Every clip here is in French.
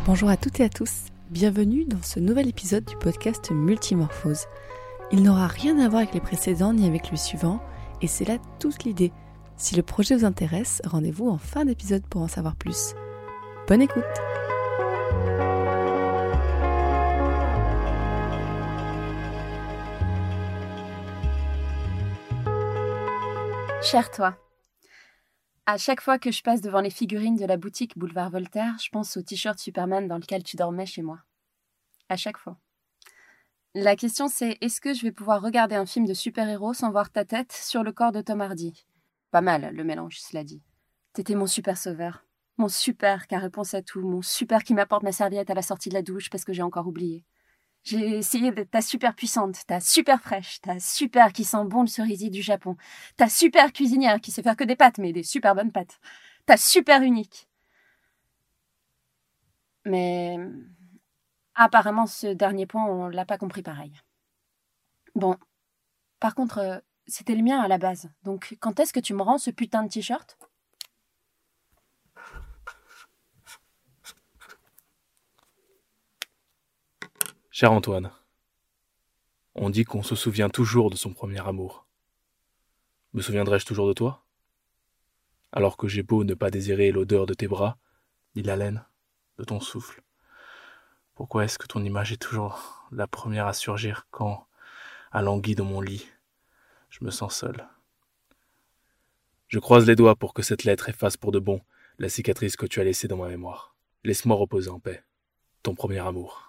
Bonjour à toutes et à tous, bienvenue dans ce nouvel épisode du podcast Multimorphose. Il n'aura rien à voir avec les précédents ni avec le suivant, et c'est là toute l'idée. Si le projet vous intéresse, rendez-vous en fin d'épisode pour en savoir plus. Bonne écoute! Cher toi, à chaque fois que je passe devant les figurines de la boutique Boulevard Voltaire, je pense au t-shirt Superman dans lequel tu dormais chez moi. À chaque fois. La question c'est, est-ce que je vais pouvoir regarder un film de super-héros sans voir ta tête sur le corps de Tom Hardy? Pas mal, le mélange, cela dit. T'étais mon super sauveur. Mon super qui a réponse à tout. Mon super qui m'apporte ma serviette à la sortie de la douche parce que j'ai encore oublié. J'ai essayé d'être ta super puissante, ta super fraîche, ta super qui sent bon le cerisier du Japon, ta super cuisinière qui sait faire que des pâtes, mais des super bonnes pâtes, ta super unique. Mais apparemment, ce dernier point, on l'a pas compris pareil. Bon, par contre, c'était le mien à la base, donc quand est-ce que tu me rends ce putain de t-shirt ? Cher Antoine, on dit qu'on se souvient toujours de son premier amour. Me souviendrai-je toujours de toi ? Alors que j'ai beau ne pas désirer l'odeur de tes bras, ni l'haleine de ton souffle. Pourquoi est-ce que ton image est toujours la première à surgir quand, alangui dans mon lit, je me sens seul ? Je croise les doigts pour que cette lettre efface pour de bon la cicatrice que tu as laissée dans ma mémoire. Laisse-moi reposer en paix. Ton premier amour.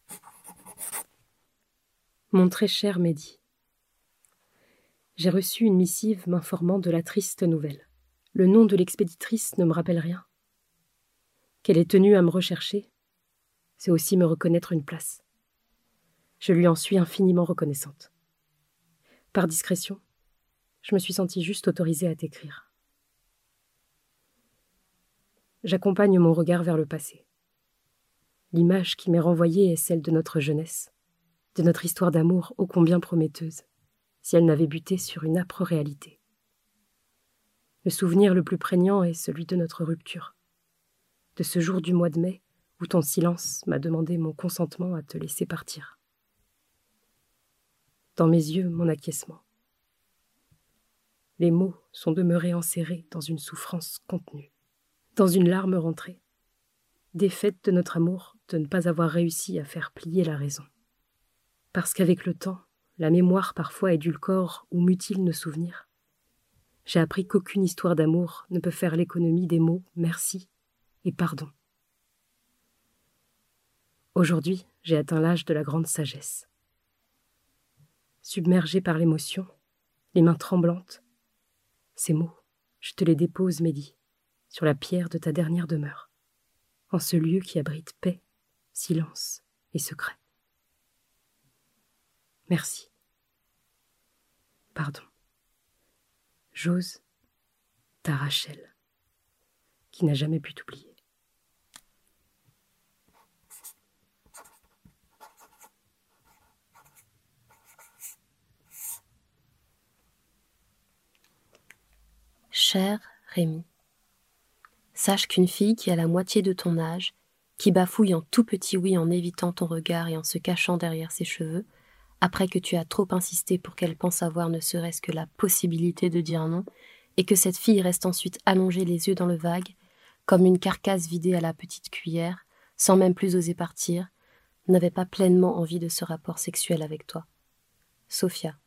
Mon très cher Mehdi, j'ai reçu une missive m'informant de la triste nouvelle. Le nom de l'expéditrice ne me rappelle rien. Qu'elle est tenue à me rechercher, c'est aussi me reconnaître une place. Je lui en suis infiniment reconnaissante. Par discrétion, je me suis sentie juste autorisée à t'écrire. J'accompagne mon regard vers le passé. L'image qui m'est renvoyée est celle de notre jeunesse, de notre histoire d'amour ô combien prometteuse, si elle n'avait buté sur une âpre réalité. Le souvenir le plus prégnant est celui de notre rupture, de ce jour du mois de mai où ton silence m'a demandé mon consentement à te laisser partir. Dans mes yeux, mon acquiescement. Les mots sont demeurés enserrés dans une souffrance contenue, dans une larme rentrée, défaite de notre amour de ne pas avoir réussi à faire plier la raison. Parce qu'avec le temps, la mémoire parfois édulcore ou mutile nos souvenirs. J'ai appris qu'aucune histoire d'amour ne peut faire l'économie des mots « merci » et « pardon ». Aujourd'hui, j'ai atteint l'âge de la grande sagesse. Submergée par l'émotion, les mains tremblantes, ces mots, je te les dépose, Mehdi, sur la pierre de ta dernière demeure, en ce lieu qui abrite paix, silence et secret. Merci. Pardon. J'ose, ta Rachel, qui n'a jamais pu t'oublier. Cher Rémi, sache qu'une fille qui a la moitié de ton âge, qui bafouille en tout petit oui en évitant ton regard et en se cachant derrière ses cheveux, après que tu as trop insisté pour qu'elle pense avoir ne serait-ce que la possibilité de dire non, et que cette fille reste ensuite allongée les yeux dans le vague, comme une carcasse vidée à la petite cuillère, sans même plus oser partir, n'avait pas pleinement envie de ce rapport sexuel avec toi. Sophia.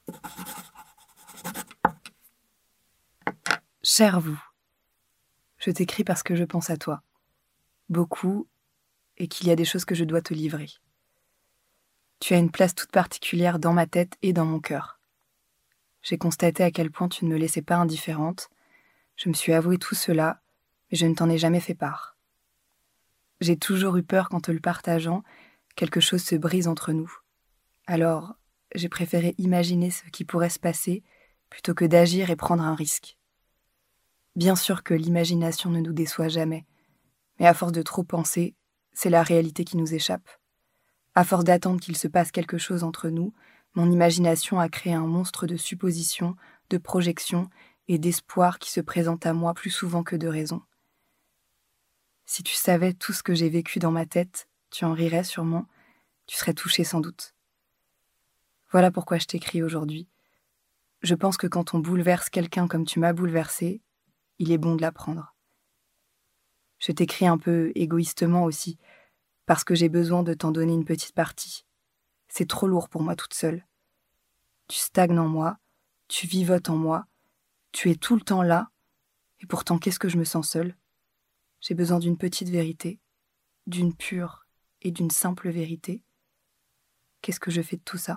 Cher vous, je t'écris parce que je pense à toi, beaucoup, et qu'il y a des choses que je dois te livrer. Tu as une place toute particulière dans ma tête et dans mon cœur. J'ai constaté à quel point tu ne me laissais pas indifférente. Je me suis avoué tout cela, mais je ne t'en ai jamais fait part. J'ai toujours eu peur qu'en te le partageant, quelque chose se brise entre nous. Alors, j'ai préféré imaginer ce qui pourrait se passer plutôt que d'agir et prendre un risque. Bien sûr que l'imagination ne nous déçoit jamais, mais à force de trop penser, c'est la réalité qui nous échappe. À force d'attendre qu'il se passe quelque chose entre nous, mon imagination a créé un monstre de suppositions, de projections et d'espoirs qui se présente à moi plus souvent que de raison. Si tu savais tout ce que j'ai vécu dans ma tête, tu en rirais sûrement, tu serais touché sans doute. Voilà pourquoi je t'écris aujourd'hui. Je pense que quand on bouleverse quelqu'un comme tu m'as bouleversé, il est bon de l'apprendre. Je t'écris un peu égoïstement aussi, parce que j'ai besoin de t'en donner une petite partie. C'est trop lourd pour moi toute seule. Tu stagnes en moi, tu vivotes en moi, tu es tout le temps là, et pourtant qu'est-ce que je me sens seule ? J'ai besoin d'une petite vérité, d'une pure et d'une simple vérité. Qu'est-ce que je fais de tout ça ?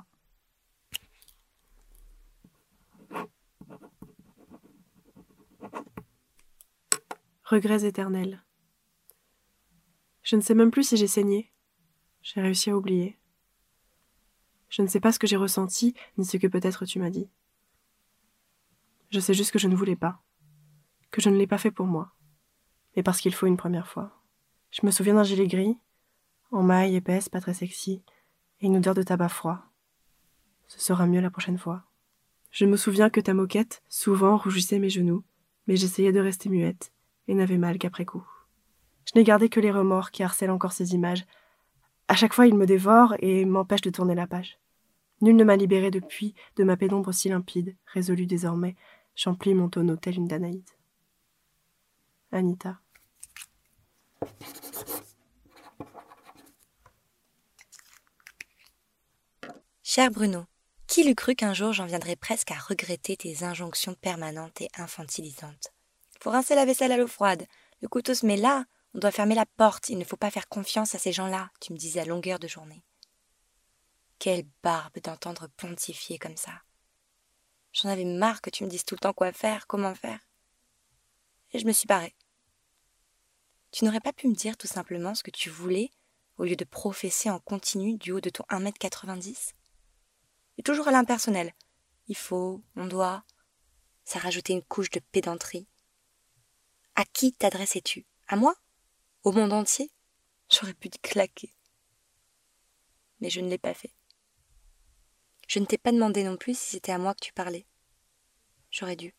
Regrets éternels. Je ne sais même plus si j'ai saigné. J'ai réussi à oublier. Je ne sais pas ce que j'ai ressenti, ni ce que peut-être tu m'as dit. Je sais juste que je ne voulais pas, que je ne l'ai pas fait pour moi, mais parce qu'il faut une première fois. Je me souviens d'un gilet gris, en maille épaisse, pas très sexy, et une odeur de tabac froid. Ce sera mieux la prochaine fois. Je me souviens que ta moquette, souvent, rougissait mes genoux, mais j'essayais de rester muette, et n'avais mal qu'après coup. Je n'ai gardé que les remords qui harcèlent encore ces images. À chaque fois, ils me dévorent et m'empêchent de tourner la page. Nul ne m'a libéré depuis de ma pénombre si limpide, résolue désormais, j'emplis mon tonneau tel une Danaïde. Anita. Cher Bruno, qui l'eût cru qu'un jour j'en viendrais presque à regretter tes injonctions permanentes et infantilisantes. Faut rincer la vaisselle à l'eau froide, le couteau se met là, on doit fermer la porte, il ne faut pas faire confiance à ces gens-là, tu me disais à longueur de journée. Quelle barbe d'entendre pontifier comme ça. J'en avais marre que tu me dises tout le temps quoi faire, comment faire. Et je me suis barrée. Tu n'aurais pas pu me dire tout simplement ce que tu voulais, au lieu de professer en continu du haut de ton 1,90 m ? Et toujours à l'impersonnel. Il faut, on doit. Ça rajoutait une couche de pédanterie. À qui t'adressais-tu ? À moi ? Au monde entier ? J'aurais pu te claquer. Mais je ne l'ai pas fait. Je ne t'ai pas demandé non plus si c'était à moi que tu parlais. J'aurais dû.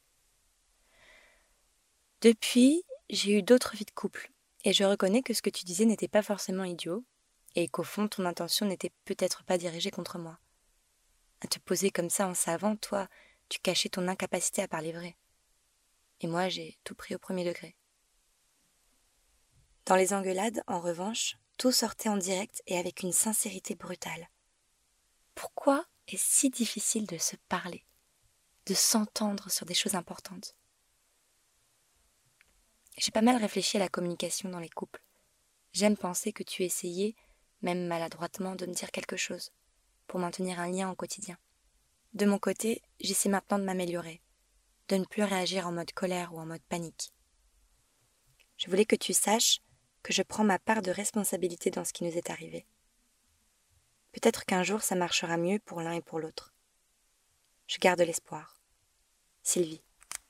Depuis, j'ai eu d'autres vies de couple, et je reconnais que ce que tu disais n'était pas forcément idiot, et qu'au fond, ton intention n'était peut-être pas dirigée contre moi. À te poser comme ça en savant, toi, tu cachais ton incapacité à parler vrai. Et moi, j'ai tout pris au premier degré. Dans les engueulades, en revanche, tout sortait en direct et avec une sincérité brutale. Pourquoi est-ce si difficile de se parler, de s'entendre sur des choses importantes ? J'ai pas mal réfléchi à la communication dans les couples. J'aime penser que tu essayais, même maladroitement, de me dire quelque chose, pour maintenir un lien au quotidien. De mon côté, j'essaie maintenant de m'améliorer, de ne plus réagir en mode colère ou en mode panique. Je voulais que tu saches que je prends ma part de responsabilité dans ce qui nous est arrivé. Peut-être qu'un jour ça marchera mieux pour l'un et pour l'autre. Je garde l'espoir. Sylvie.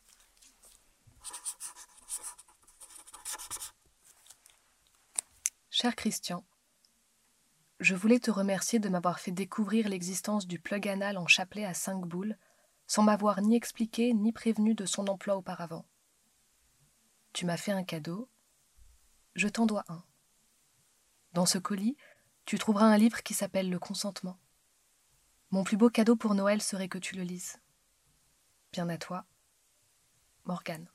Cher Christian, je voulais te remercier de m'avoir fait découvrir l'existence du plug anal en chapelet à 5 boules, sans m'avoir ni expliqué ni prévenu de son emploi auparavant. Tu m'as fait un cadeau, je t'en dois un. Dans ce colis, tu trouveras un livre qui s'appelle Le consentement. Mon plus beau cadeau pour Noël serait que tu le lises. Bien à toi, Morgane.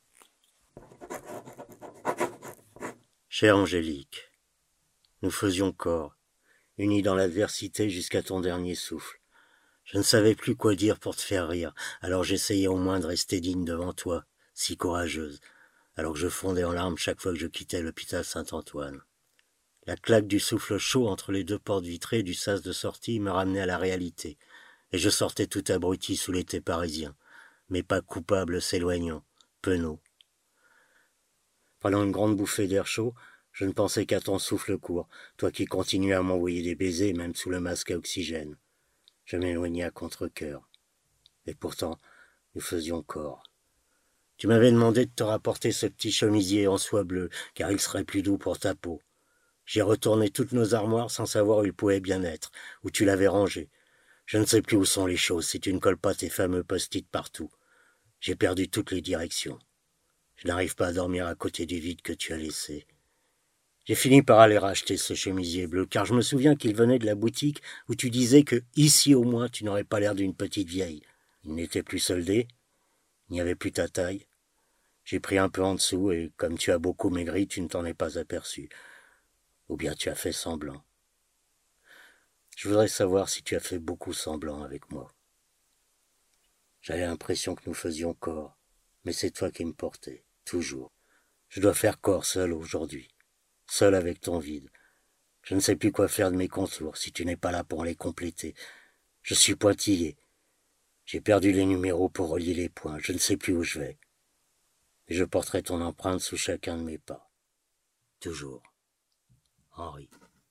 Chère Angélique, nous faisions corps, unis dans l'adversité jusqu'à ton dernier souffle. Je ne savais plus quoi dire pour te faire rire, alors j'essayais au moins de rester digne devant toi, si courageuse, alors que je fondais en larmes chaque fois que je quittais l'hôpital Saint-Antoine. La claque du souffle chaud entre les 2 portes vitrées du sas de sortie me ramenait à la réalité, et je sortais tout abruti sous l'été parisien, mais pas coupable s'éloignant, penaud. Prenant une grande bouffée d'air chaud, je ne pensais qu'à ton souffle court, toi qui continuais à m'envoyer des baisers même sous le masque à oxygène. Je m'éloignais à contre-cœur. Et pourtant, nous faisions corps. Tu m'avais demandé de te rapporter ce petit chemisier en soie bleue, car il serait plus doux pour ta peau. J'ai retourné toutes nos armoires sans savoir où il pouvait bien être, où tu l'avais rangé. Je ne sais plus où sont les choses si tu ne colles pas tes fameux post-it partout. J'ai perdu toutes les directions. Je n'arrive pas à dormir à côté du vide que tu as laissé. J'ai fini par aller racheter ce chemisier bleu, car je me souviens qu'il venait de la boutique où tu disais que, ici au moins, tu n'aurais pas l'air d'une petite vieille. Il n'était plus soldé, il n'y avait plus ta taille. J'ai pris un peu en dessous, et comme tu as beaucoup maigri, tu ne t'en es pas aperçu. Ou bien tu as fait semblant. Je voudrais savoir si tu as fait beaucoup semblant avec moi. J'avais l'impression que nous faisions corps, mais c'est toi qui me portais, toujours. Je dois faire corps seul aujourd'hui. Seul avec ton vide. Je ne sais plus quoi faire de mes contours si tu n'es pas là pour les compléter. Je suis pointillé. J'ai perdu les numéros pour relier les points. Je ne sais plus où je vais. Et je porterai ton empreinte sous chacun de mes pas. Toujours. Henri.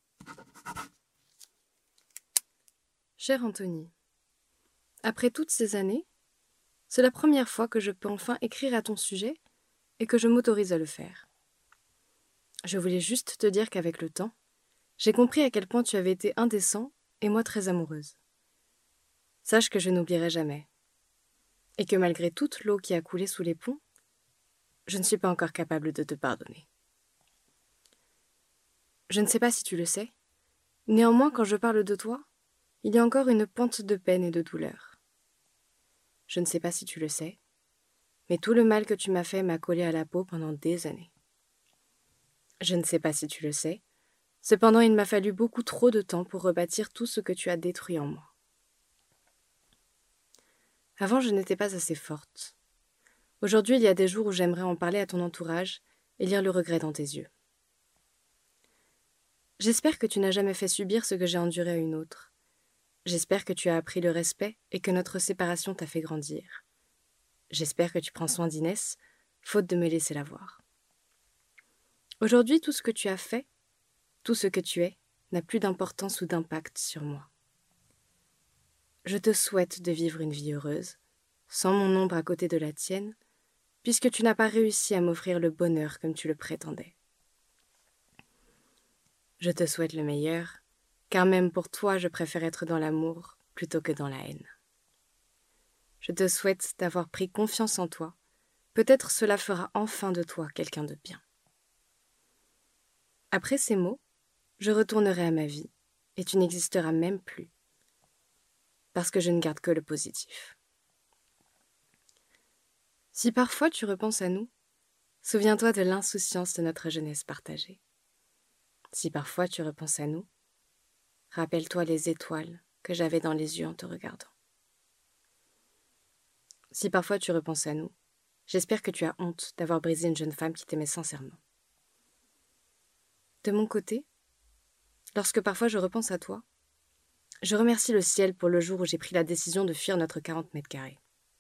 Cher Anthony, après toutes ces années, c'est la première fois que je peux enfin écrire à ton sujet et que je m'autorise à le faire. Je voulais juste te dire qu'avec le temps, j'ai compris à quel point tu avais été indécent et moi très amoureuse. Sache que je n'oublierai jamais. Et que malgré toute l'eau qui a coulé sous les ponts, je ne suis pas encore capable de te pardonner. Je ne sais pas si tu le sais, néanmoins quand je parle de toi, il y a encore une pente de peine et de douleur. Je ne sais pas si tu le sais, mais tout le mal que tu m'as fait m'a collé à la peau pendant des années. Je ne sais pas si tu le sais, cependant il m'a fallu beaucoup trop de temps pour rebâtir tout ce que tu as détruit en moi. Avant, je n'étais pas assez forte. Aujourd'hui, il y a des jours où j'aimerais en parler à ton entourage et lire le regret dans tes yeux. J'espère que tu n'as jamais fait subir ce que j'ai enduré à une autre. J'espère que tu as appris le respect et que notre séparation t'a fait grandir. J'espère que tu prends soin d'Inès, faute de me laisser la voir. Aujourd'hui, tout ce que tu as fait, tout ce que tu es, n'a plus d'importance ou d'impact sur moi. Je te souhaite de vivre une vie heureuse, sans mon ombre à côté de la tienne, puisque tu n'as pas réussi à m'offrir le bonheur comme tu le prétendais. Je te souhaite le meilleur, car même pour toi, je préfère être dans l'amour plutôt que dans la haine. Je te souhaite d'avoir pris confiance en toi. Peut-être cela fera enfin de toi quelqu'un de bien. Après ces mots, je retournerai à ma vie, et tu n'existeras même plus, parce que je ne garde que le positif. Si parfois tu repenses à nous, souviens-toi de l'insouciance de notre jeunesse partagée. Si parfois tu repenses à nous, rappelle-toi les étoiles que j'avais dans les yeux en te regardant. Si parfois tu repenses à nous, j'espère que tu as honte d'avoir brisé une jeune femme qui t'aimait sincèrement. De mon côté, lorsque parfois je repense à toi, je remercie le ciel pour le jour où j'ai pris la décision de fuir notre 40 mètres carrés.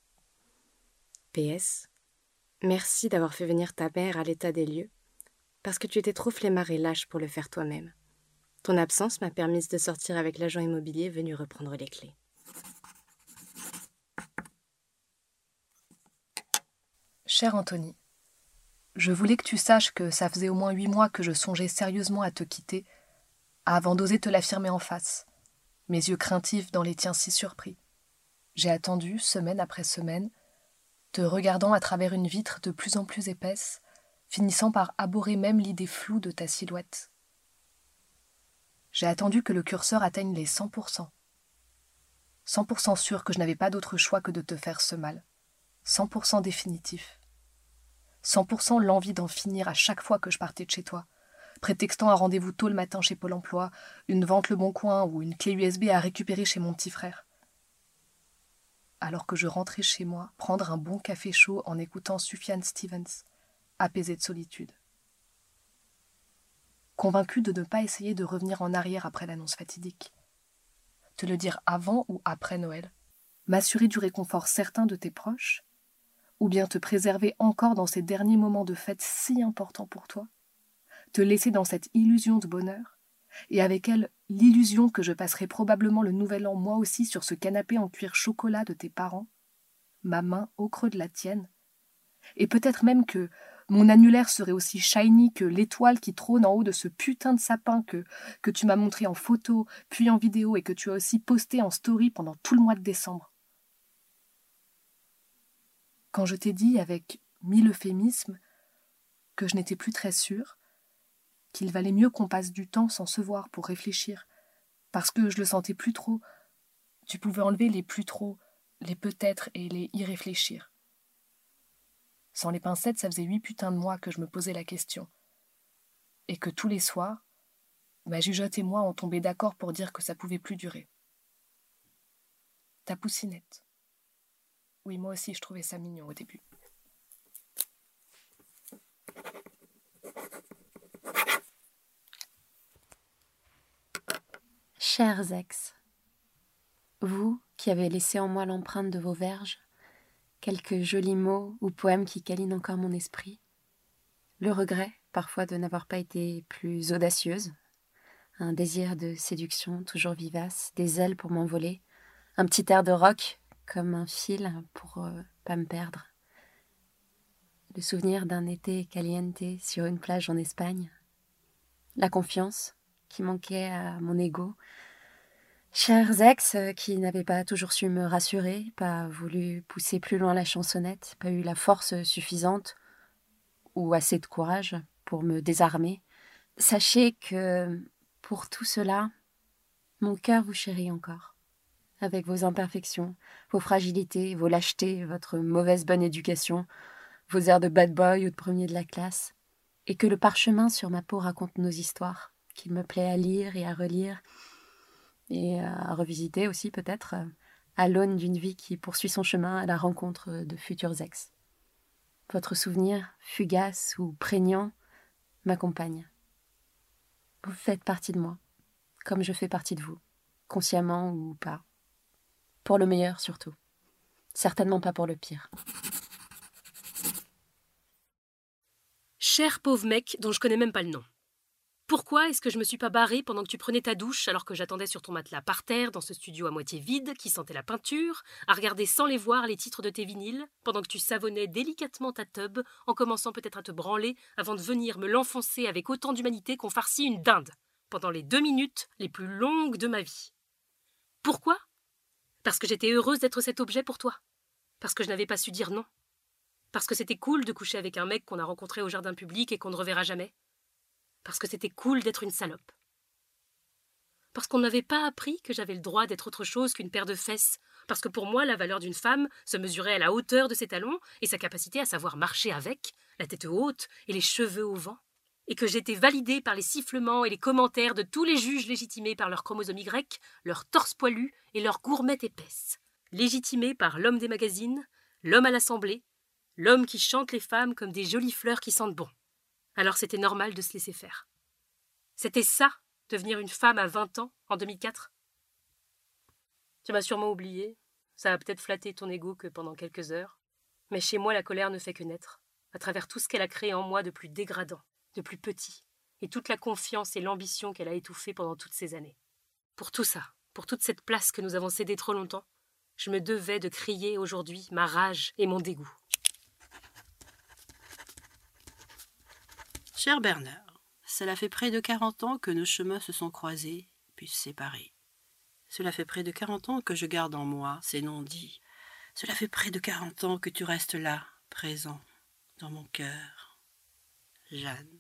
PS, merci d'avoir fait venir ta mère à l'état des lieux, parce que tu étais trop flemmard et lâche pour le faire toi-même. Ton absence m'a permis de sortir avec l'agent immobilier venu reprendre les clés. Cher Anthony, je voulais que tu saches que ça faisait au moins 8 mois que je songeais sérieusement à te quitter, avant d'oser te l'affirmer en face, mes yeux craintifs dans les tiens si surpris. J'ai attendu, semaine après semaine, te regardant à travers une vitre de plus en plus épaisse, finissant par abhorrer même l'idée floue de ta silhouette. J'ai attendu que le curseur atteigne les 100%. 100% sûr que je n'avais pas d'autre choix que de te faire ce mal. 100% définitif. 100% l'envie d'en finir à chaque fois que je partais de chez toi, prétextant un rendez-vous tôt le matin chez Pôle emploi, une vente Le Bon Coin ou une clé USB à récupérer chez mon petit frère. Alors que je rentrais chez moi, prendre un bon café chaud en écoutant Sufjan Stevens, apaisé de solitude. Convaincu de ne pas essayer de revenir en arrière après l'annonce fatidique. Te le dire avant ou après Noël, m'assurer du réconfort certain de tes proches, ou bien te préserver encore dans ces derniers moments de fête si importants pour toi, te laisser dans cette illusion de bonheur, et avec elle l'illusion que je passerai probablement le nouvel an moi aussi sur ce canapé en cuir chocolat de tes parents, ma main au creux de la tienne, et peut-être même que mon annulaire serait aussi shiny que l'étoile qui trône en haut de ce putain de sapin que tu m'as montré en photo, puis en vidéo, et que tu as aussi posté en story pendant tout le mois de décembre. Quand je t'ai dit, avec 1000 euphémismes, que je n'étais plus très sûre, qu'il valait mieux qu'on passe du temps sans se voir pour réfléchir, parce que je le sentais plus trop. Tu pouvais enlever les plus trop, les peut-être et les y réfléchir. Sans les pincettes, ça faisait 8 putains de mois que je me posais la question. Et que tous les soirs, ma jugeote et moi on tombé d'accord pour dire que ça pouvait plus durer. Ta poussinette. Oui, moi aussi je trouvais ça mignon au début. Chers ex, vous qui avez laissé en moi l'empreinte de vos verges, quelques jolis mots ou poèmes qui câlinent encore mon esprit, le regret parfois de n'avoir pas été plus audacieuse, un désir de séduction toujours vivace, des ailes pour m'envoler, un petit air de rock comme un fil pour pas me perdre, le souvenir d'un été caliente sur une plage en Espagne, la confiance qui manquait à mon ego. Chers ex qui n'avaient pas toujours su me rassurer, pas voulu pousser plus loin la chansonnette, pas eu la force suffisante ou assez de courage pour me désarmer, sachez que pour tout cela, mon cœur vous chérit encore, avec vos imperfections, vos fragilités, vos lâchetés, votre mauvaise bonne éducation, vos airs de bad boy ou de premier de la classe, et que le parchemin sur ma peau raconte nos histoires, qu'il me plaît à lire et à relire, et à revisiter aussi peut-être, à l'aune d'une vie qui poursuit son chemin à la rencontre de futurs ex. Votre souvenir, fugace ou prégnant, m'accompagne. Vous faites partie de moi, comme je fais partie de vous, consciemment ou pas. Pour le meilleur surtout. Certainement pas pour le pire. Cher pauvre mec dont je connais même pas le nom. Pourquoi est-ce que je me suis pas barrée pendant que tu prenais ta douche alors que j'attendais sur ton matelas par terre dans ce studio à moitié vide qui sentait la peinture, à regarder sans les voir les titres de tes vinyles, pendant que tu savonnais délicatement ta tub en commençant peut-être à te branler avant de venir me l'enfoncer avec autant d'humanité qu'on farcit une dinde pendant les 2 minutes les plus longues de ma vie. Pourquoi ? Parce que j'étais heureuse d'être cet objet pour toi. Parce que je n'avais pas su dire non. Parce que c'était cool de coucher avec un mec qu'on a rencontré au jardin public et qu'on ne reverra jamais. Parce que c'était cool d'être une salope. Parce qu'on n'avait pas appris que j'avais le droit d'être autre chose qu'une paire de fesses. Parce que pour moi, la valeur d'une femme se mesurait à la hauteur de ses talons et sa capacité à savoir marcher avec, la tête haute et les cheveux au vent. Et que j'étais validée par les sifflements et les commentaires de tous les juges légitimés par leur chromosome Y, leur torse poilu et leur gourmette épaisse. Légitimés par l'homme des magazines, l'homme à l'assemblée, l'homme qui chante les femmes comme des jolies fleurs qui sentent bon. Alors c'était normal de se laisser faire. C'était ça, devenir une femme à 20 ans, en 2004. Tu m'as sûrement oublié, ça a peut-être flatté ton ego que pendant quelques heures, mais chez moi la colère ne fait que naître, à travers tout ce qu'elle a créé en moi de plus dégradant, de plus petit, et toute la confiance et l'ambition qu'elle a étouffée pendant toutes ces années. Pour tout ça, pour toute cette place que nous avons cédée trop longtemps, je me devais de crier aujourd'hui ma rage et mon dégoût. Cher Bernard, cela fait près de 40 ans que nos chemins se sont croisés, puis séparés. Cela fait près de 40 ans que je garde en moi ces non-dits. Cela fait près de 40 ans que tu restes là, présent, dans mon cœur. Jeanne.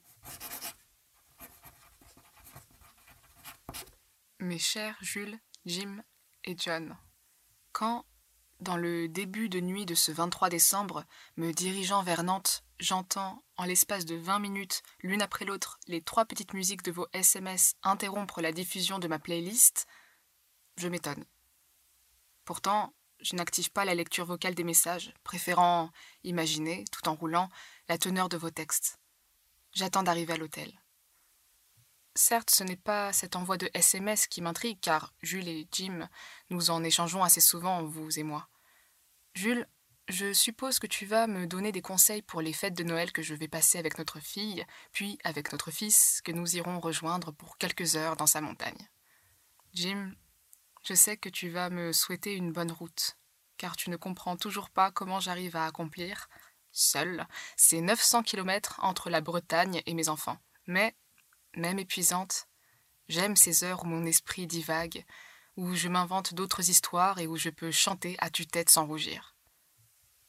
Mes chers Jules, Jim et John, quand, dans le début de nuit de ce 23 décembre, me dirigeant vers Nantes, j'entends, en l'espace de 20 minutes, l'une après l'autre, les 3 petites musiques de vos SMS interrompre la diffusion de ma playlist, je m'étonne. Pourtant, je n'active pas la lecture vocale des messages, préférant imaginer, tout en roulant, la teneur de vos textes. J'attends d'arriver à l'hôtel. Certes, ce n'est pas cet envoi de SMS qui m'intrigue, car Jules et Jim, nous en échangeons assez souvent, vous et moi. Jules, je suppose que tu vas me donner des conseils pour les fêtes de Noël que je vais passer avec notre fille, puis avec notre fils, que nous irons rejoindre pour quelques heures dans sa montagne. Jim, je sais que tu vas me souhaiter une bonne route, car tu ne comprends toujours pas comment j'arrive à accomplir, seule, ces 900 kilomètres entre la Bretagne et mes enfants. Mais, même épuisante, j'aime ces heures où mon esprit divague, où je m'invente d'autres histoires et où je peux chanter à tue-tête sans rougir.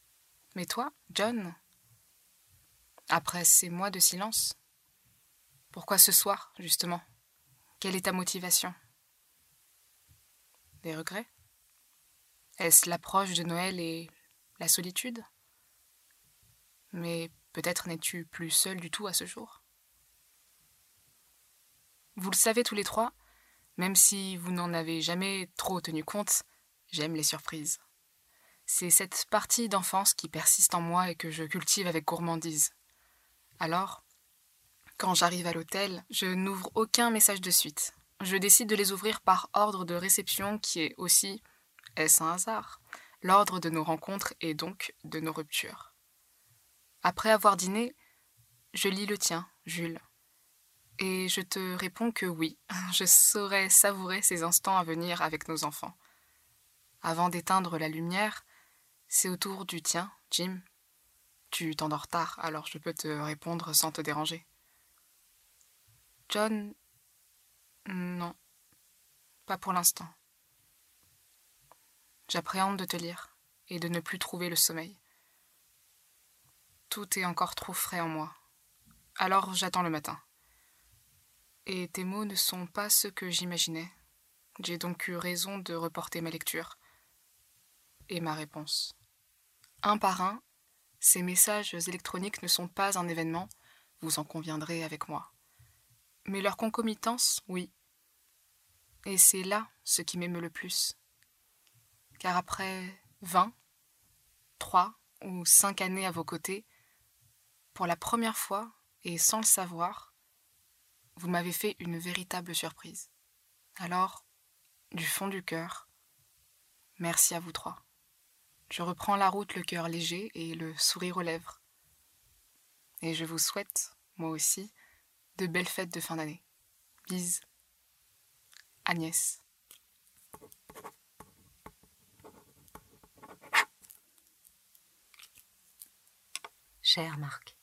Mais toi, John, après ces mois de silence, Pourquoi ce soir, justement? Quelle est ta motivation? Des regrets? Est-ce l'approche de Noël et la solitude? Mais peut-être n'es-tu plus seul du tout à ce jour. Vous le savez tous les trois, même si vous n'en avez jamais trop tenu compte, j'aime les surprises. C'est cette partie d'enfance qui persiste en moi et que je cultive avec gourmandise. Alors, quand j'arrive à l'hôtel, je n'ouvre aucun message de suite. Je décide de les ouvrir par ordre de réception qui est aussi, est-ce un hasard, l'ordre de nos rencontres et donc de nos ruptures. Après avoir dîné, je lis le tien, Jules. Et je te réponds que oui, je saurais savourer ces instants à venir avec nos enfants. Avant d'éteindre la lumière, c'est au tour du tien, Jim. Tu t'endors tard, alors je peux te répondre sans te déranger. John, non, pas pour l'instant. J'appréhende de te lire et de ne plus trouver le sommeil. Tout est encore trop frais en moi. Alors j'attends le matin. Et tes mots ne sont pas ceux que j'imaginais. J'ai donc eu raison de reporter ma lecture. Et ma réponse. Un par un, ces messages électroniques ne sont pas un événement, vous en conviendrez avec moi. Mais leur concomitance, oui. Et c'est là ce qui m'émeut le plus. Car après 20, 3 ou 5 années à vos côtés, pour la première fois, et sans le savoir, vous m'avez fait une véritable surprise. Alors, du fond du cœur, merci à vous trois. Je reprends la route le cœur léger et le sourire aux lèvres. Et je vous souhaite, moi aussi, de belles fêtes de fin d'année. Bise. Agnès. Cher Marc,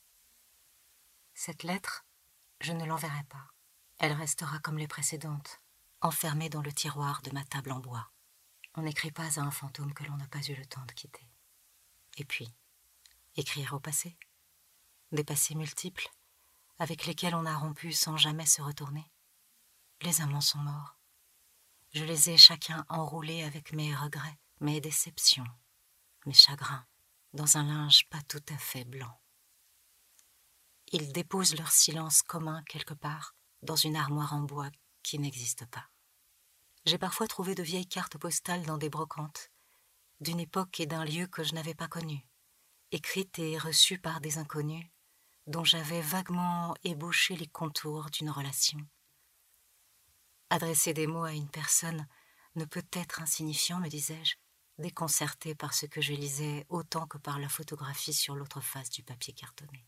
cette lettre, je ne l'enverrai pas. Elle restera comme les précédentes, enfermée dans le tiroir de ma table en bois. On n'écrit pas à un fantôme que l'on n'a pas eu le temps de quitter. Et puis, écrire au passé. Des passés multiples, avec lesquels on a rompu sans jamais se retourner. Les amants sont morts. Je les ai chacun enroulés avec mes regrets, mes déceptions, mes chagrins, dans un linge pas tout à fait blanc. Ils déposent leur silence commun quelque part dans une armoire en bois qui n'existe pas. J'ai parfois trouvé de vieilles cartes postales dans des brocantes, d'une époque et d'un lieu que je n'avais pas connu, écrites et reçues par des inconnus, dont j'avais vaguement ébauché les contours d'une relation. Adresser des mots à une personne ne peut être insignifiant, me disais-je, déconcerté par ce que je lisais autant que par la photographie sur l'autre face du papier cartonné.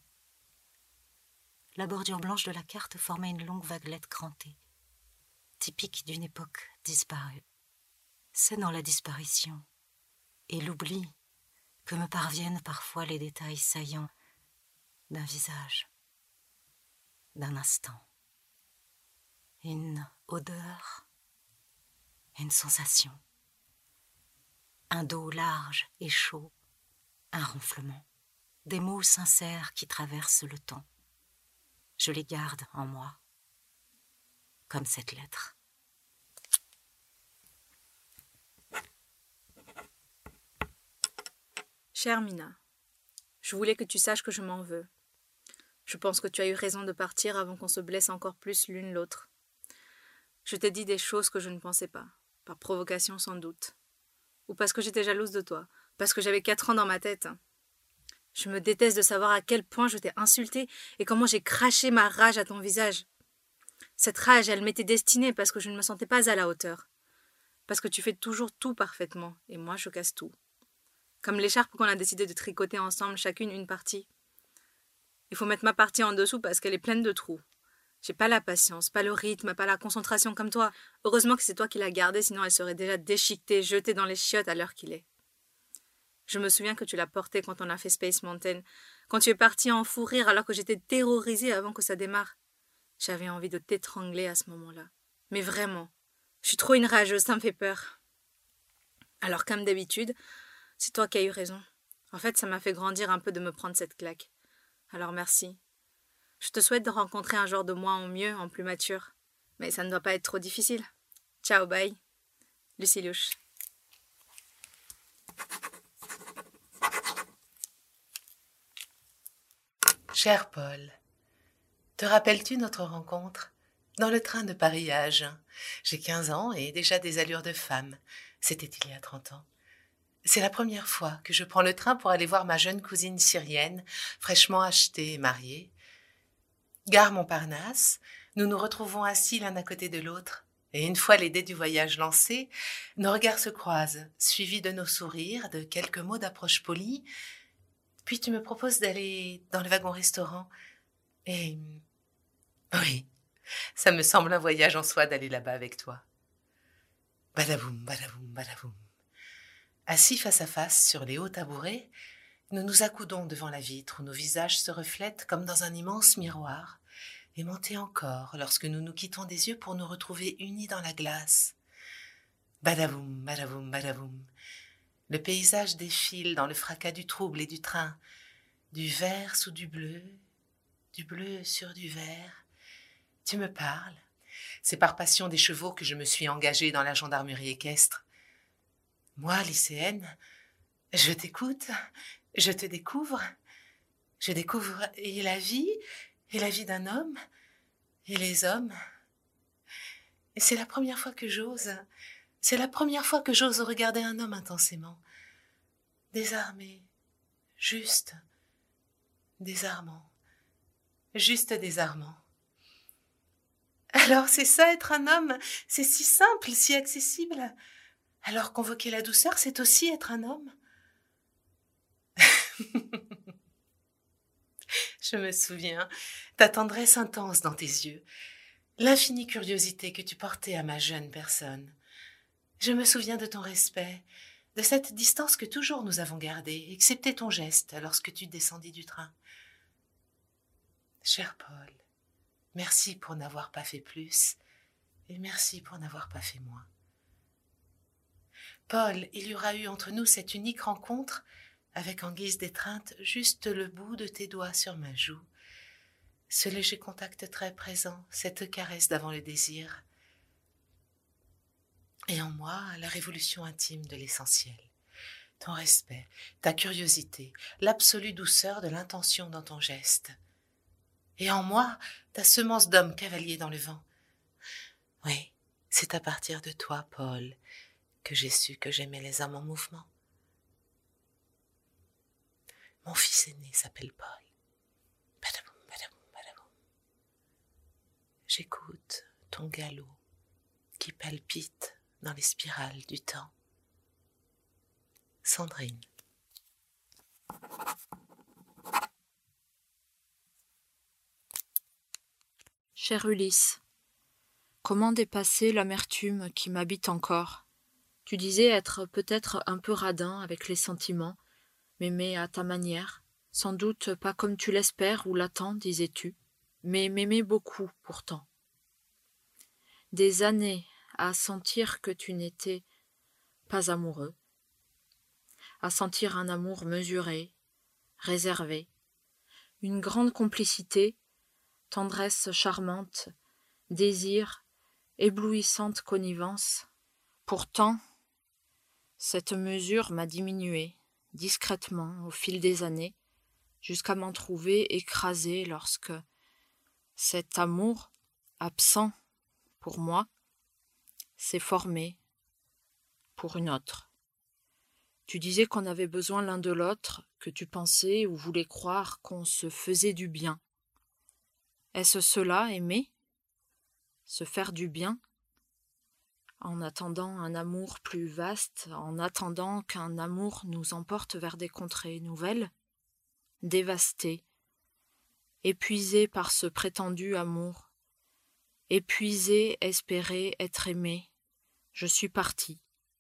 La bordure blanche de la carte formait une longue vaguelette crantée, typique d'une époque disparue. C'est dans la disparition et l'oubli que me parviennent parfois les détails saillants d'un visage, d'un instant. Une odeur, une sensation, un dos large et chaud, un ronflement, des mots sincères qui traversent le temps. Je les garde en moi, comme cette lettre. Chère Mina, je voulais que tu saches que je m'en veux. Je pense que tu as eu raison de partir avant qu'on se blesse encore plus l'une l'autre. Je t'ai dit des choses que je ne pensais pas, par provocation sans doute. Ou parce que j'étais jalouse de toi, parce que j'avais 4 ans dans ma tête. Je me déteste de savoir à quel point je t'ai insultée et comment j'ai craché ma rage à ton visage. Cette rage, elle m'était destinée parce que je ne me sentais pas à la hauteur. Parce que tu fais toujours tout parfaitement, et moi je casse tout. Comme l'écharpe qu'on a décidé de tricoter ensemble, chacune une partie. Il faut mettre ma partie en dessous parce qu'elle est pleine de trous. J'ai pas la patience, pas le rythme, pas la concentration comme toi. Heureusement que c'est toi qui l'as gardée, sinon elle serait déjà déchiquetée, jetée dans les chiottes à l'heure qu'il est. Je me souviens que tu l'as portée quand on a fait Space Mountain, quand tu es partie en fou rire alors que j'étais terrorisée avant que ça démarre. J'avais envie de t'étrangler à ce moment-là. Mais vraiment, je suis trop une rageuse, ça me fait peur. Alors comme d'habitude, c'est toi qui as eu raison. En fait, ça m'a fait grandir un peu de me prendre cette claque. Alors merci. Je te souhaite de rencontrer un genre de moi en mieux, en plus mature. Mais ça ne doit pas être trop difficile. Ciao, bye. Lucie Louche. Cher Paul, te rappelles-tu notre rencontre dans le train de Paris à Agen? J'ai 15 ans et déjà des allures de femme. C'était il y a 30 ans. C'est la première fois que je prends le train pour aller voir ma jeune cousine syrienne, fraîchement achetée et mariée. Gare Montparnasse, nous nous retrouvons assis l'un à côté de l'autre. Et une fois les dés du voyage lancés, nos regards se croisent, suivis de nos sourires, de quelques mots d'approche polie. Puis tu me proposes d'aller dans le wagon-restaurant. Et oui, ça me semble un voyage en soi d'aller là-bas avec toi. Badaboum, badaboum, badaboum. Assis face à face sur les hauts tabourets, nous nous accoudons devant la vitre où nos visages se reflètent comme dans un immense miroir, aimantés encore lorsque nous nous quittons des yeux pour nous retrouver unis dans la glace. Badaboum, badaboum, badaboum. Le paysage défile dans le fracas du trouble et du train, du vert sous du bleu sur du vert. Tu me parles. C'est par passion des chevaux que je me suis engagée dans la gendarmerie équestre. Moi, lycéenne, je t'écoute, je te découvre. Je découvre et la vie d'un homme, et les hommes. Et c'est la première fois que j'ose regarder un homme intensément. Désarmé, juste, désarmant, juste désarmant. Alors c'est ça être un homme, c'est si simple, si accessible. Alors convoquer la douceur, c'est aussi être un homme. Je me souviens, ta tendresse intense dans tes yeux, l'infinie curiosité que tu portais à ma jeune personne. Je me souviens de ton respect, de cette distance que toujours nous avons gardée, excepté ton geste lorsque tu descendis du train. Cher Paul, merci pour n'avoir pas fait plus, et merci pour n'avoir pas fait moins. Paul, il y aura eu entre nous cette unique rencontre, avec en guise d'étreinte juste le bout de tes doigts sur ma joue, ce léger contact très présent, cette caresse d'avant le désir, et en moi la révolution intime de l'essentiel, ton respect, ta curiosité, l'absolue douceur de l'intention dans ton geste, et en moi ta semence d'homme cavalier dans le vent. Oui, c'est à partir de toi, Paul, que j'ai su que j'aimais les hommes en mouvement. Mon fils aîné s'appelle Paul. Badaboum, badaboum, badaboum. J'écoute ton galop qui palpite dans les spirales du temps. Sandrine. Chère Ulysse, comment dépasser l'amertume qui m'habite encore? Tu disais être peut-être un peu radin avec les sentiments, m'aimer à ta manière, sans doute pas comme tu l'espères ou l'attends, disais-tu, mais m'aimer beaucoup pourtant. Des années à sentir que tu n'étais pas amoureux, à sentir un amour mesuré, réservé, une grande complicité, tendresse charmante, désir, éblouissante connivence. Pourtant, cette mesure m'a diminué, discrètement, au fil des années, jusqu'à m'en trouver écrasée lorsque cet amour, absent pour moi, s'est formé pour une autre. Tu disais qu'on avait besoin l'un de l'autre, que tu pensais ou voulais croire qu'on se faisait du bien. Est-ce cela, aimer? Se faire du bien? En attendant un amour plus vaste, en attendant qu'un amour nous emporte vers des contrées nouvelles, dévastées, épuisées par ce prétendu amour, épuisées, espérer être aimée, je suis partie.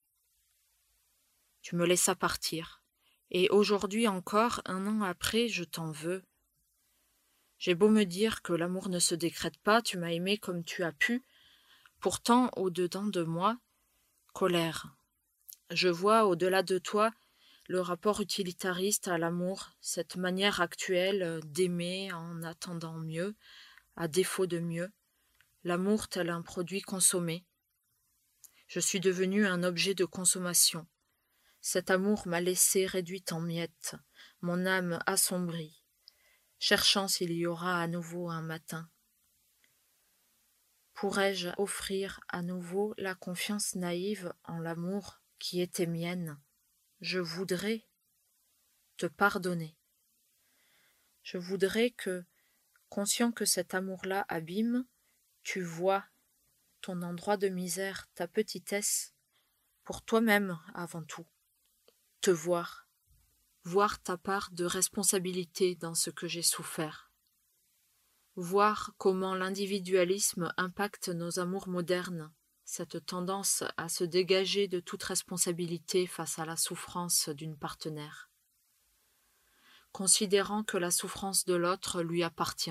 Tu me laissas partir, et aujourd'hui encore, 1 an après, je t'en veux. J'ai beau me dire que l'amour ne se décrète pas, tu m'as aimé comme tu as pu, pourtant, au-dedans de moi, colère. Je vois, au-delà de toi, le rapport utilitariste à l'amour, cette manière actuelle d'aimer en attendant mieux, à défaut de mieux, l'amour tel un produit consommé. Je suis devenue un objet de consommation. Cet amour m'a laissée réduite en miettes, mon âme assombrie, cherchant s'il y aura à nouveau un matin. Pourrais-je offrir à nouveau la confiance naïve en l'amour qui était mienne? Je voudrais te pardonner. Je voudrais que, conscient que cet amour-là abîme, tu vois ton endroit de misère, ta petitesse, pour toi-même avant tout. Te voir ta part de responsabilité dans ce que j'ai souffert. Voir comment l'individualisme impacte nos amours modernes, cette tendance à se dégager de toute responsabilité face à la souffrance d'une partenaire, considérant que la souffrance de l'autre lui appartient.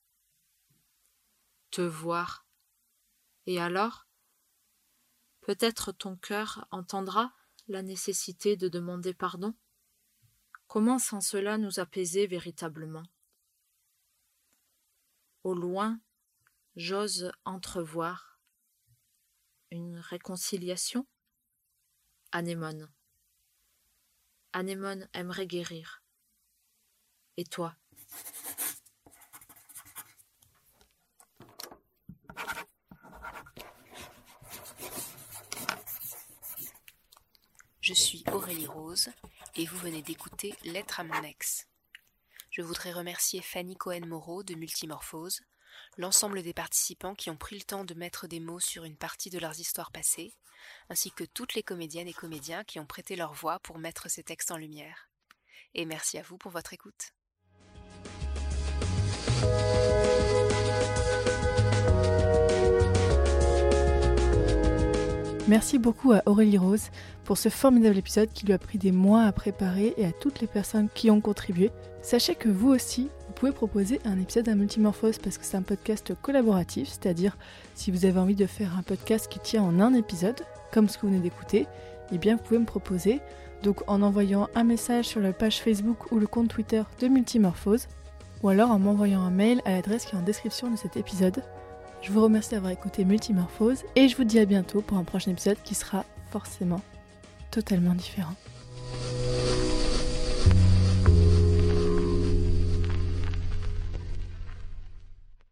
Te voir. Et alors, peut-être ton cœur entendra la nécessité de demander pardon? Comment sans cela nous apaiser véritablement? Au loin, j'ose entrevoir une réconciliation? Anémone. Anémone aimerait guérir. Et toi? Je suis Aurélie Rose et vous venez d'écouter Lettre à mon ex. Je voudrais remercier Fanny Cohen-Moreau de Multimorphose, l'ensemble des participants qui ont pris le temps de mettre des mots sur une partie de leurs histoires passées, ainsi que toutes les comédiennes et comédiens qui ont prêté leur voix pour mettre ces textes en lumière. Et merci à vous pour votre écoute. Merci beaucoup à Aurélie Rose pour ce formidable épisode qui lui a pris des mois à préparer et à toutes les personnes qui ont contribué. Sachez que vous aussi, vous pouvez proposer un épisode à Multimorphose parce que c'est un podcast collaboratif, c'est-à-dire si vous avez envie de faire un podcast qui tient en un épisode, comme ce que vous venez d'écouter, eh bien vous pouvez me proposer, donc en envoyant un message sur la page Facebook ou le compte Twitter de Multimorphose, ou alors en m'envoyant un mail à l'adresse qui est en description de cet épisode. Je vous remercie d'avoir écouté Multimorphose et je vous dis à bientôt pour un prochain épisode qui sera forcément totalement différent.